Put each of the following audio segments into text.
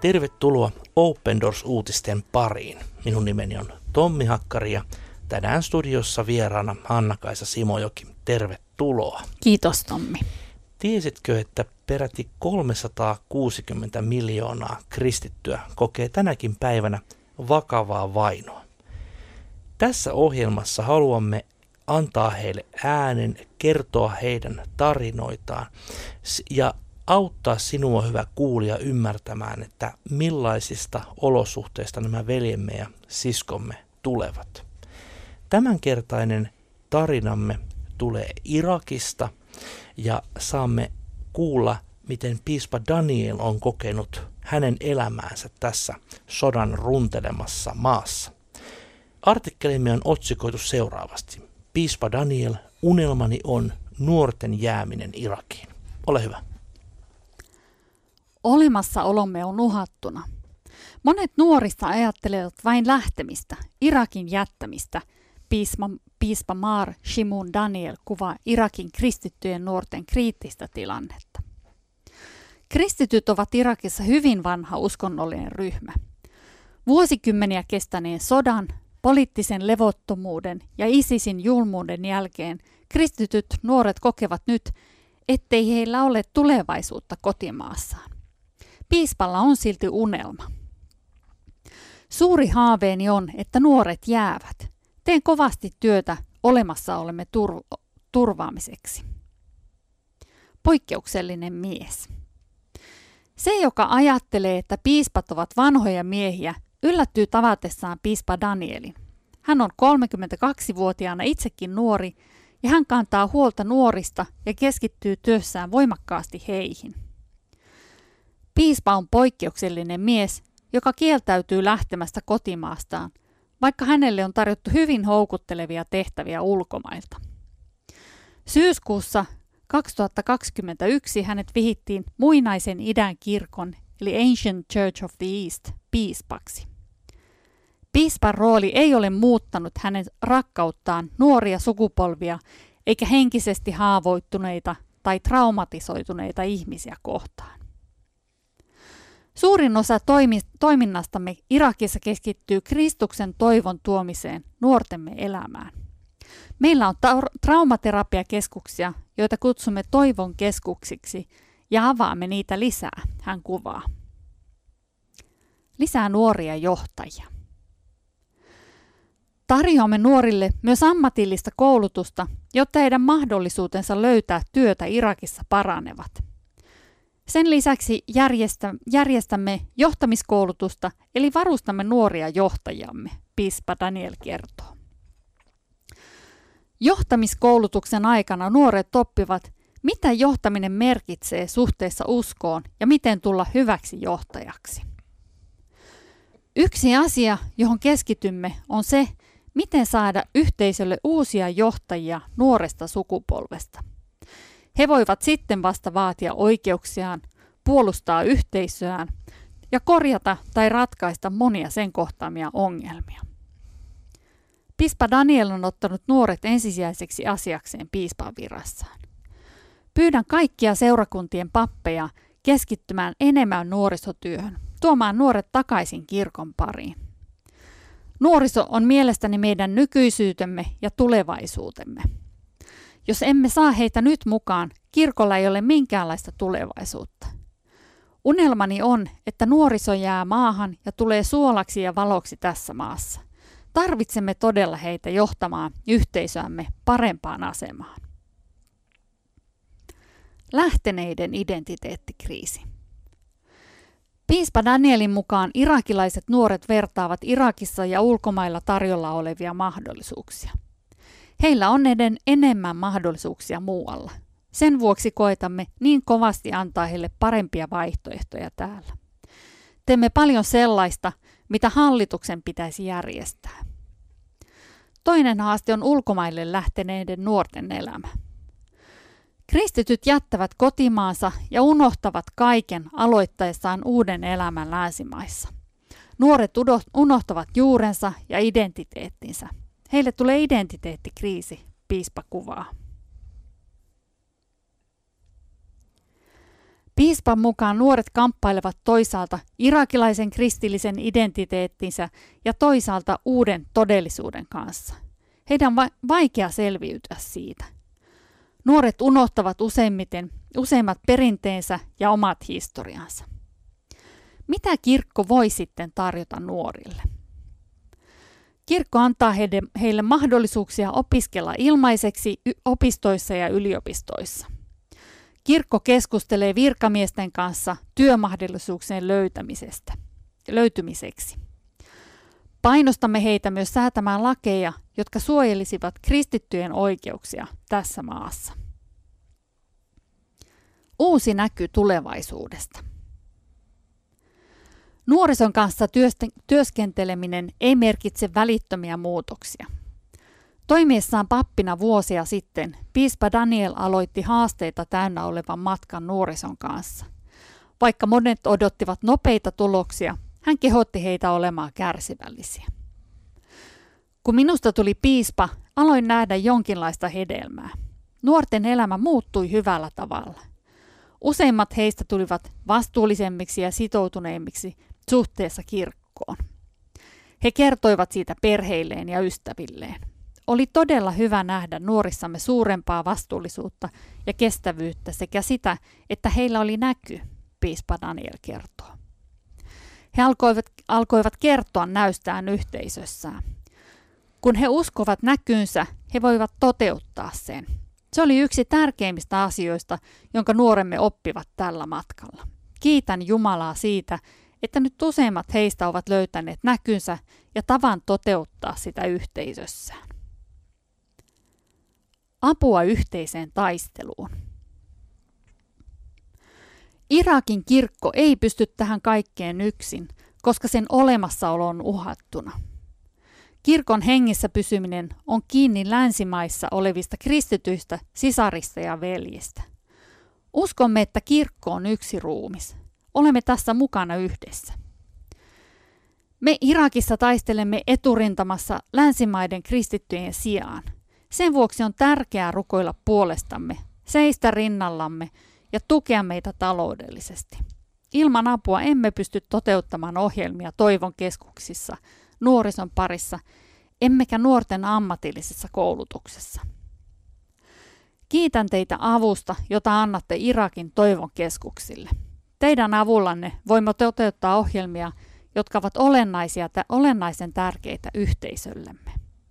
Tervetuloa Open Doors-uutisten pariin. Minun nimeni on Tommi Hakkari ja tänään studiossa vieraana Hanna-Kaisa Simojoki. Tervetuloa. Kiitos Tommi. Tiesitkö, että peräti 360 miljoonaa kristittyä kokee tänäkin päivänä vakavaa vainoa? Tässä ohjelmassa haluamme antaa heille äänen, kertoa heidän tarinoitaan ja auttaa sinua, hyvä kuulija, ymmärtämään, että millaisista olosuhteista nämä veljemme ja siskomme tulevat. Tämänkertainen tarinamme tulee Irakista ja saamme kuulla, miten piispa Daniel on kokenut hänen elämäänsä tässä sodan runtelemassa maassa. Artikkelimme on otsikoitu seuraavasti. Piispa Daniel, unelmani on nuorten jääminen Irakiin. Ole hyvä. Olemassaolomme on uhattuna. Monet nuorista ajattelevat vain lähtemistä, Irakin jättämistä. Piispa Mar Shimun Daniel kuvaa Irakin kristittyjen nuorten kriittistä tilannetta. Kristityt ovat Irakissa hyvin vanha uskonnollinen ryhmä. Vuosikymmeniä kestäneen sodan, poliittisen levottomuuden ja ISISin julmuuden jälkeen kristityt nuoret kokevat nyt, ettei heillä ole tulevaisuutta kotimaassaan. Piispalla on silti unelma. Suuri haaveeni on, että nuoret jäävät. Teen kovasti työtä olemassaolemme turvaamiseksi. Poikkeuksellinen mies. Se, joka ajattelee, että piispat ovat vanhoja miehiä, yllättyy tavatessaan piispa Danielin. Hän on 32-vuotiaana itsekin nuori ja hän kantaa huolta nuorista ja keskittyy työssään voimakkaasti heihin. Piispa on poikkeuksellinen mies, joka kieltäytyy lähtemästä kotimaastaan, vaikka hänelle on tarjottu hyvin houkuttelevia tehtäviä ulkomailta. Syyskuussa 2021 hänet vihittiin muinaisen idän kirkon eli Ancient Church of the East piispaksi. Piispan rooli ei ole muuttanut hänen rakkauttaan nuoria sukupolvia eikä henkisesti haavoittuneita tai traumatisoituneita ihmisiä kohtaan. Suurin osa toiminnastamme Irakissa keskittyy Kristuksen toivon tuomiseen nuortemme elämään. Meillä on traumaterapiakeskuksia, joita kutsumme toivon keskuksiksi ja avaamme niitä lisää, hän kuvaa. Lisää nuoria johtajia. Tarjoamme nuorille myös ammatillista koulutusta, jotta heidän mahdollisuutensa löytää työtä Irakissa paranevat. Sen lisäksi järjestämme johtamiskoulutusta, eli varustamme nuoria johtajamme, piispa Daniel kertoo. Johtamiskoulutuksen aikana nuoret oppivat, mitä johtaminen merkitsee suhteessa uskoon ja miten tulla hyväksi johtajaksi. Yksi asia, johon keskitymme, on se, miten saada yhteisölle uusia johtajia nuoresta sukupolvesta. He voivat sitten vasta vaatia oikeuksiaan, puolustaa yhteisöään ja korjata tai ratkaista monia sen kohtaamia ongelmia. Piispa Daniel on ottanut nuoret ensisijaiseksi asiakseen piispan virassaan. Pyydän kaikkia seurakuntien pappeja keskittymään enemmän nuorisotyöhön, tuomaan nuoret takaisin kirkon pariin. Nuoriso on mielestäni meidän nykyisyytemme ja tulevaisuutemme. Jos emme saa heitä nyt mukaan, kirkolla ei ole minkäänlaista tulevaisuutta. Unelmani on, että nuoriso jää maahan ja tulee suolaksi ja valoksi tässä maassa. Tarvitsemme todella heitä johtamaan yhteisöämme parempaan asemaan. Lähteneiden identiteettikriisi. Piispa Danielin mukaan irakilaiset nuoret vertaavat Irakissa ja ulkomailla tarjolla olevia mahdollisuuksia. Heillä on enemmän mahdollisuuksia muualla. Sen vuoksi koetamme niin kovasti antaa heille parempia vaihtoehtoja täällä. Teemme paljon sellaista, mitä hallituksen pitäisi järjestää. Toinen haaste on ulkomaille lähteneiden nuorten elämä. Kristityt jättävät kotimaansa ja unohtavat kaiken aloittaessaan uuden elämän länsimaissa. Nuoret unohtavat juurensa ja identiteettinsä. Heille tulee identiteettikriisi, piispa kuvaa. Piispan mukaan nuoret kamppailevat toisaalta irakilaisen kristillisen identiteettinsä ja toisaalta uuden todellisuuden kanssa. Heidän on vaikea selviytyä siitä. Nuoret unohtavat useimmat perinteensä ja omat historiansa. Mitä kirkko voi sitten tarjota nuorille? Kirkko antaa heille mahdollisuuksia opiskella ilmaiseksi opistoissa ja yliopistoissa. Kirkko keskustelee virkamiesten kanssa työmahdollisuuksien löytymiseksi. Painostamme heitä myös säätämään lakeja, jotka suojelisivat kristittyjen oikeuksia tässä maassa. Uusi näky tulevaisuudesta. Nuorison kanssa työskenteleminen ei merkitse välittömiä muutoksia. Toimiessaan pappina vuosia sitten, piispa Daniel aloitti haasteita täynnä olevan matkan nuorison kanssa. Vaikka monet odottivat nopeita tuloksia, hän kehotti heitä olemaan kärsivällisiä. Kun minusta tuli piispa, aloin nähdä jonkinlaista hedelmää. Nuorten elämä muuttui hyvällä tavalla. Useimmat heistä tulivat vastuullisemmiksi ja sitoutuneimmiksi suhteessa kirkkoon. He kertoivat siitä perheilleen ja ystävilleen. Oli todella hyvä nähdä nuorissamme suurempaa vastuullisuutta ja kestävyyttä sekä sitä, että heillä oli näky, piispa Daniel kertoo. He alkoivat kertoa näystään yhteisössään. Kun he uskovat näkynsä, he voivat toteuttaa sen. Se oli yksi tärkeimmistä asioista, jonka nuoremme oppivat tällä matkalla. Kiitän Jumalaa siitä, että nyt useimmat heistä ovat löytäneet näkynsä ja tavan toteuttaa sitä yhteisössään. Apua yhteiseen taisteluun. Irakin kirkko ei pysty tähän kaikkeen yksin, koska sen olemassaolo on uhattuna. Kirkon hengissä pysyminen on kiinni länsimaissa olevista kristityistä sisarista ja veljistä. Uskomme, että kirkko on yksi ruumis. Olemme tässä mukana yhdessä. Me Irakissa taistelemme eturintamassa länsimaiden kristittyjen sijaan. Sen vuoksi on tärkeää rukoilla puolestamme, seistä rinnallamme ja tukea meitä taloudellisesti. Ilman apua emme pysty toteuttamaan ohjelmia toivon keskuksissa, nuorison parissa, emmekä nuorten ammatillisessa koulutuksessa. Kiitän teitä avusta, jota annatte Irakin toivon keskuksille. Teidän avullanne voimme toteuttaa ohjelmia, jotka ovat olennaisen tärkeitä yhteisöllemme.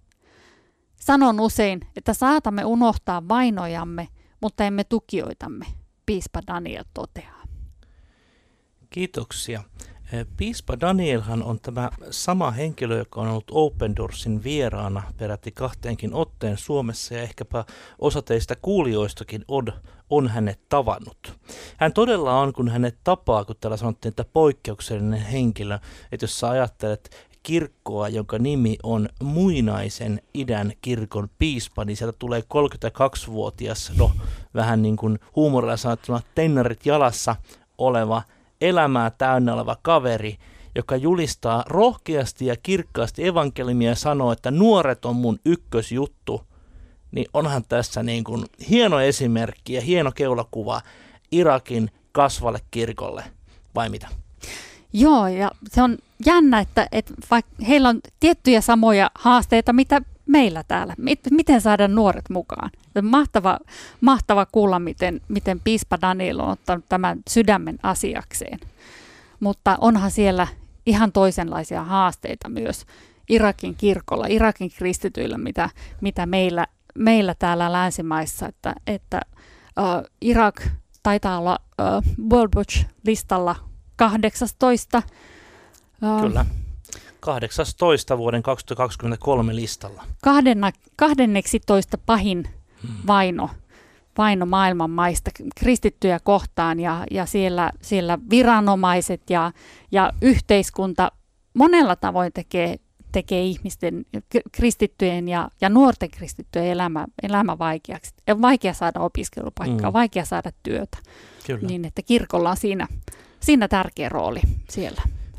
Sanon usein, että saatamme unohtaa vainojamme, mutta emme tukijoitamme, piispa Daniel toteaa. Kiitoksia. Piispa Danielhan on tämä sama henkilö, joka on ollut Open Doorsin vieraana peräti 2 otteen Suomessa ja ehkäpä osa teistä kuulijoistakin on hänet tavannut. Hän todella on, kun hänet tapaa, kun täällä sanottiin, että poikkeuksellinen henkilö, että jos sä ajattelet kirkkoa, jonka nimi on Muinaisen idän kirkon piispa, niin sieltä tulee 32-vuotias, vähän niin kuin huumorilla sanottuna tennarit jalassa oleva elämää täynnä oleva kaveri, joka julistaa rohkeasti ja kirkkaasti evankeliumia ja sanoo, että nuoret on mun ykkösjuttu, niin onhan tässä niin kuin hieno esimerkki ja hieno keulakuva Irakin kasvalle kirkolle, vai mitä? Joo, ja se on jännä, että vaikka heillä on tiettyjä samoja haasteita, mitä meillä täällä. Miten saada nuoret mukaan? Mahtava kuulla, miten piispa Daniel on ottanut tämän sydämen asiakseen. Mutta onhan siellä ihan toisenlaisia haasteita myös Irakin kirkolla, Irakin kristityillä, mitä meillä täällä länsimaissa. Että Irak taitaa olla World Watch-listalla 18. Kyllä. 18 vuoden 2023 listalla. 12 pahin vaino maailman maista kristittyjä kohtaan ja siellä viranomaiset ja yhteiskunta monella tavoin tekee ihmisten, kristittyjen ja nuorten kristittyjen elämä vaikeaksi. On vaikea saada opiskelupaikkaa, vaikea saada työtä. Kyllä. Niin että kirkolla on siinä tärkeä rooli siellä.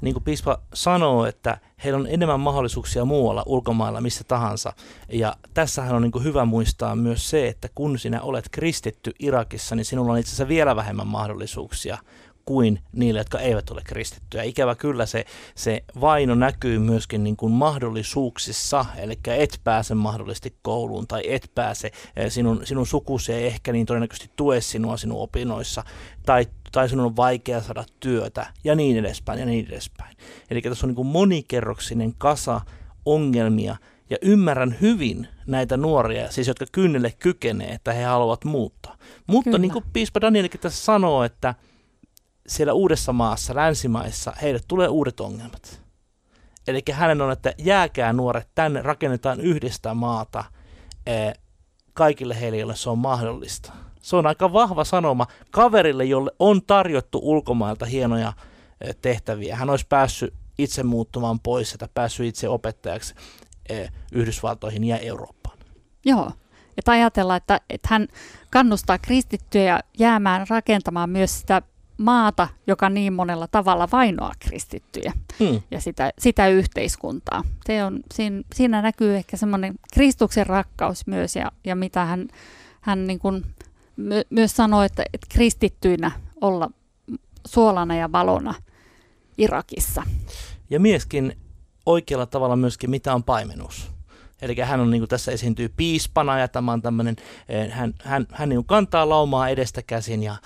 niin kuin piispa sanoo, että heillä on enemmän mahdollisuuksia muualla, ulkomailla, missä tahansa. Ja tässähän on niin kuin hyvä muistaa myös se, että kun sinä olet kristitty Irakissa, niin sinulla on itse asiassa vielä vähemmän mahdollisuuksia kuin niille, jotka eivät ole kristittyjä. Ikävä kyllä se vaino näkyy myöskin niin kuin mahdollisuuksissa, eli et pääse mahdollisesti kouluun tai et pääse, sinun sukusi ei ehkä niin todennäköisesti tue sinua sinun opinnoissa, tai sinun on vaikea saada työtä ja niin edespäin ja niin edespäin. Eli tässä on niin kuin monikerroksinen kasa ongelmia ja ymmärrän hyvin näitä nuoria, siis jotka kynnelle kykenee, että he haluavat muuttaa. Mutta Kyllä. niin kuin piispa Danielikin tässä sanoo, että siellä uudessa maassa, länsimaissa, heille tulee uudet ongelmat. Eli hänen on, että jääkää nuoret tänne, rakennetaan yhdestä maata kaikille heille, joille se on mahdollista. Se on aika vahva sanoma kaverille, jolle on tarjottu ulkomailta hienoja tehtäviä. Hän olisi päässyt itse muuttumaan pois, että päässyt itse opettajaksi Yhdysvaltoihin ja Eurooppaan. Joo, että ajatella, että hän kannustaa kristittyjä jäämään rakentamaan myös sitä maata, joka niin monella tavalla vainoaa kristittyjä ja sitä yhteiskuntaa. Siinä näkyy ehkä semmoinen Kristuksen rakkaus myös ja mitä hän niin kuin myös sanoi, että kristittyinä olla suolana ja valona Irakissa. Ja myöskin oikealla tavalla myöskin, mitä on paimenuus. Eli hän on, niin kuin tässä esiintyy piispana ja tämä on tämmöinen, hän niin kuin kantaa laumaa edestä käsin ja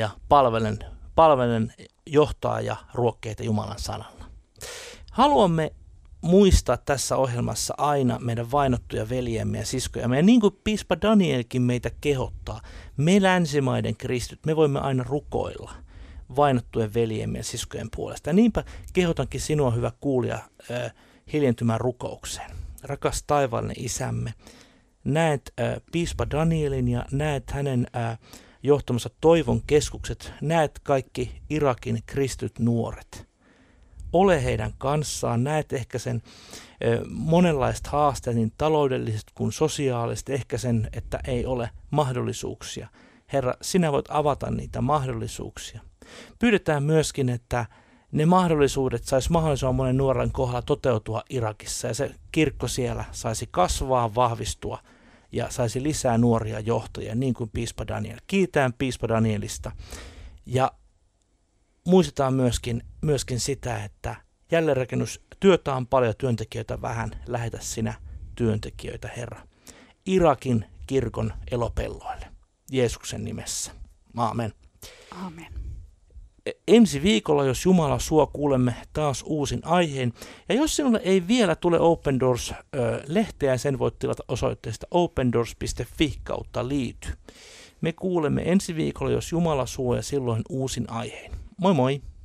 palvelen johtaa ja ruokkeita Jumalan sanalla. Haluamme muistaa tässä ohjelmassa aina meidän vainottuja veljemme ja siskoja. Ja niin kuin piispa Danielkin meitä kehottaa, me länsimaiden kristyt, me voimme aina rukoilla vainottujen veljemme ja siskojen puolesta. Ja niinpä kehotankin sinua, hyvä kuulija, hiljentymään rukoukseen. Rakas taivaallinen Isämme, näet piispa Danielin ja näet hänen johtamassa Toivon keskukset, näet kaikki Irakin kristyt nuoret. Ole heidän kanssaan, näet ehkä sen monenlaista haasteet, niin taloudelliset kuin sosiaaliset, ehkä sen, että ei ole mahdollisuuksia. Herra, sinä voit avata niitä mahdollisuuksia. Pyydetään myöskin, että ne mahdollisuudet saisi mahdollisimman monen nuoren kohdalla toteutua Irakissa ja se kirkko siellä saisi kasvaa, vahvistua ja saisi lisää nuoria johtajia, niin kuin piispa Daniel. Kiitään piispa Danielista ja muistetaan myöskin sitä, että jälleenrakennustyötä on paljon, työntekijöitä vähän. Lähetä sinä työntekijöitä, Herra, Irakin kirkon elopelloille. Jeesuksen nimessä. Aamen. Aamen. Ensi viikolla, jos Jumala suo, kuulemme taas uusin aiheen. Ja jos sinulle ei vielä tule Open Doors-lehteä, sen voit tilata osoitteesta opendoors.fi/liity. Me kuulemme ensi viikolla, jos Jumala suo, ja silloin uusin aiheen. Moi moi!